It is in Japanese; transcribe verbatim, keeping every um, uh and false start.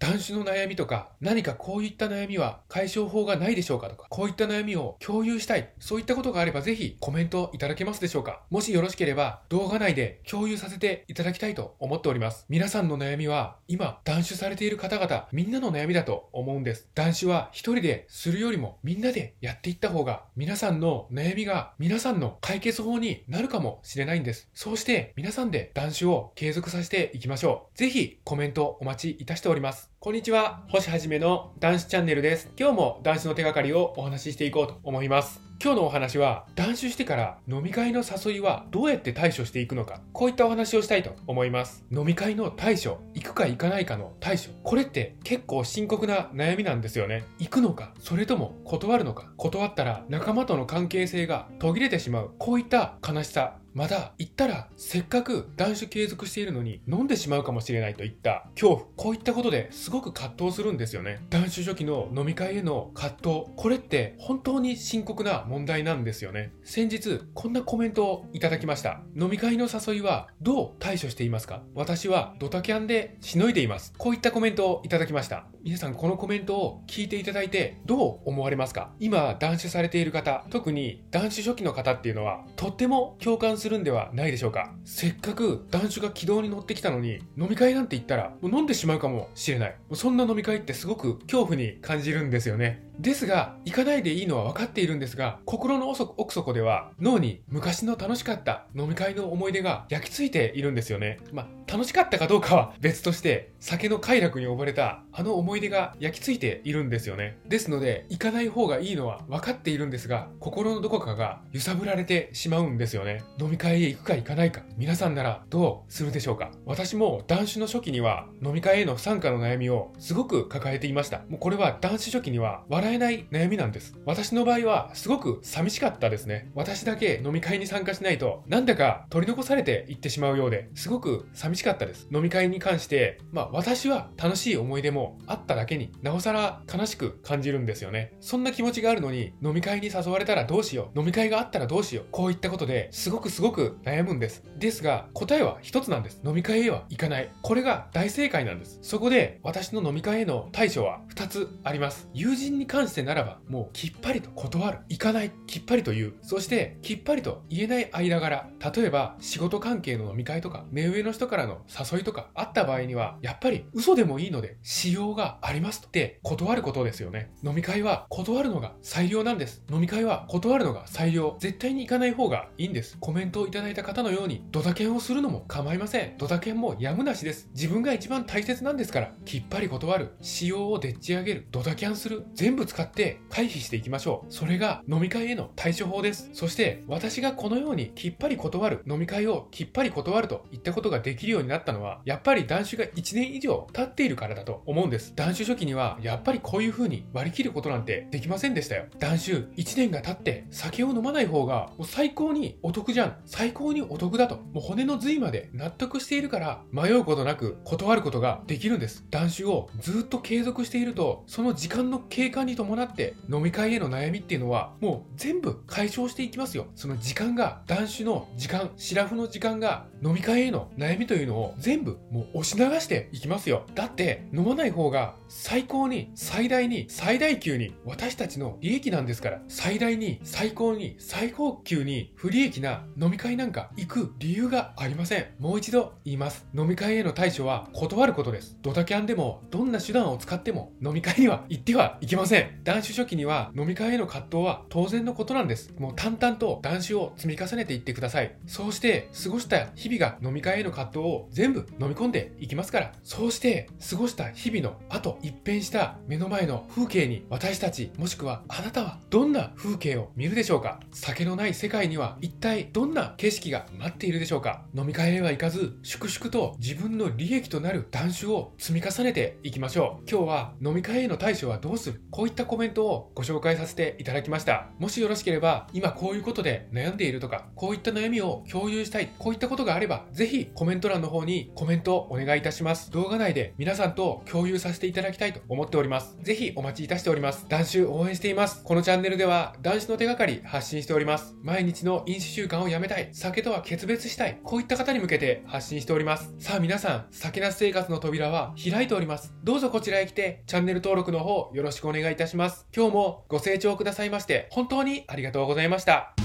断酒の悩みとか、何かこういった悩みは解消法がないでしょうかとか、こういった悩みを共有したい、そういったことがあればぜひコメントいただけますでしょうか。もしよろしければ動画内で共有させていただきたいと思っております。皆さんの悩みは今断酒されている方々みんなの悩みだと思うんです。断酒は一人でするよりもみんなでやっていった方が皆さんの悩みが皆さんの解決法になるかもしれないんです。そうして皆さんで断酒を継続させていきましょう。ぜひコメントお待ちいたしております。こんにちは、星はじめの男子チャンネルです。今日も男子の手がかりをお話ししていこうと思います。今日のお話は、断酒してから飲み会の誘いはどうやって対処していくのか、こういったお話をしたいと思います。飲み会の対処、行くか行かないかの対処、これって結構深刻な悩みなんですよね。行くのか、それとも断るのか、断ったら仲間との関係性が途切れてしまう、こういった悲しさ、また行ったらせっかく断酒継続しているのに飲んでしまうかもしれないといった恐怖、こういったことですごく葛藤するんですよね。断酒初期の飲み会への葛藤、これって本当に深刻な問題なんですよね。先日こんなコメントをいただきました。飲み会の誘いはどう対処していますか？私はドタキャンでしのいでいます。こういったコメントをいただきました。皆さんこのコメントを聞いていただいてどう思われますか？今断酒されている方、特に断酒初期の方っていうのはとっても共感するんではないでしょうか。せっかく断酒が軌道に乗ってきたのに飲み会なんて言ったらもう飲んでしまうかもしれない、そんな飲み会ってすごく恐怖に感じるんですよね。ですが行かないでいいのは分かっているんですが、心の奥底では脳に昔の楽しかった飲み会の思い出が焼き付いているんですよね。まあ楽しかったかどうかは別として、酒の快楽に溺れたあの思い出が焼き付いているんですよね。ですので行かない方がいいのは分かっているんですが、心のどこかが揺さぶられてしまうんですよね。飲み会へ行くか行かないか、皆さんならどうするでしょうか。私も断酒の初期には飲み会への不参加の悩みをすごく抱えていました。もうこれは断酒初期には笑えない悩みなんです。私の場合はすごく寂しかったですね。私だけ飲み会に参加しないとなんだか取り残されていってしまうようで、すごく寂しかったです。飲み会に関してまあ私は楽しい思い出もあっただけに、なおさら悲しく感じるんですよね。そんな気持ちがあるのに飲み会に誘われたらどうしよう、飲み会があったらどうしよう、こういったことですごくすごく悩むんです。ですが答えは一つなんです。飲み会へは行かない。これが大正解なんです。そこで私の飲み会への対処はふたつあります。友人に関してならばもうきっぱりと断る、行かない、きっぱりと言う。そしてきっぱりと言えない間柄、例えば仕事関係の飲み会とか目上の人からの誘いとかあった場合には、やっぱり嘘でもいいのでしようがありますって断ることですよね。飲み会は断るのが最良なんです。飲み会は断るのが最良。絶対に行かない方がいいんです。コメントをいただいた方のようにドタキャンをするのも構いません。ドタキャンもやむなしです。自分が一番大切なんですから、きっぱり断る、使用をでっち上げる、ドタキャンする、全部使って回避していきましょう。それが飲み会への対処法です。そして私がこのようにきっぱり断る、飲み会をきっぱり断るといったことができるようになったのは、やっぱり断酒がいちねん以上経っているからだと思うんです。断酒初期にはやっぱりこういう風に割り切ることなんてできませんでしたよ。断酒いちねんが経って酒を飲まない方がもう最高にお得じゃん、最高にお得だと、もう骨の髄まで納得しているから迷うことなく断ることができるんです。断酒をずっと継続していると、その時間の経過に伴って飲み会への悩みっていうのはもう全部解消していきますよ。その時間が、断酒の時間、シラフの時間が飲み会への悩みというのを全部もう押し流していきますよ。だって飲まない方が最高に最大に最大級に私たちの利益なんですから、最大に最高に最高級に不利益な飲み会なんか行く理由がありません。もう一度言います。飲み会への対処は断ることです。ドタキャンでもどんな手段を使っても飲み会には行ってはいけません。断酒初期には飲み会への葛藤は当然のことなんです。もう淡々と断酒を積み重ねていってください。そうして過ごした日々が飲み会への葛藤を全部飲み込んでいきますから。そうして過ごした日々の後、一変した目の前の風景に私たち、もしくはあなたはどんな風景を見るでしょうか。酒のない世界には一体どんな景色が待っているでしょうか。飲み会へは行かず、粛々と自分の利益となる断酒を積み重ねていきましょう。今日は飲み会への対処はどうする、こういったコメントをご紹介させていただきました。もしよろしければ、今こういうことで悩んでいるとか、こういった悩みを共有したい、こういったことがあればぜひコメント欄の方にコメントをお願いいたします。動画内で皆さんと共有させていただきたいと思っております。ぜひお待ちいたしております。断酒応援しています。このチャンネルでは断酒の手がかり発信しております。毎日の飲酒習慣をやめめたい、酒とは決別したい、こういった方に向けて発信しております。さあ皆さん、酒なし生活の扉は開いております。どうぞこちらへ来てチャンネル登録の方よろしくお願いいたします。今日もご清聴くださいまして本当にありがとうございました。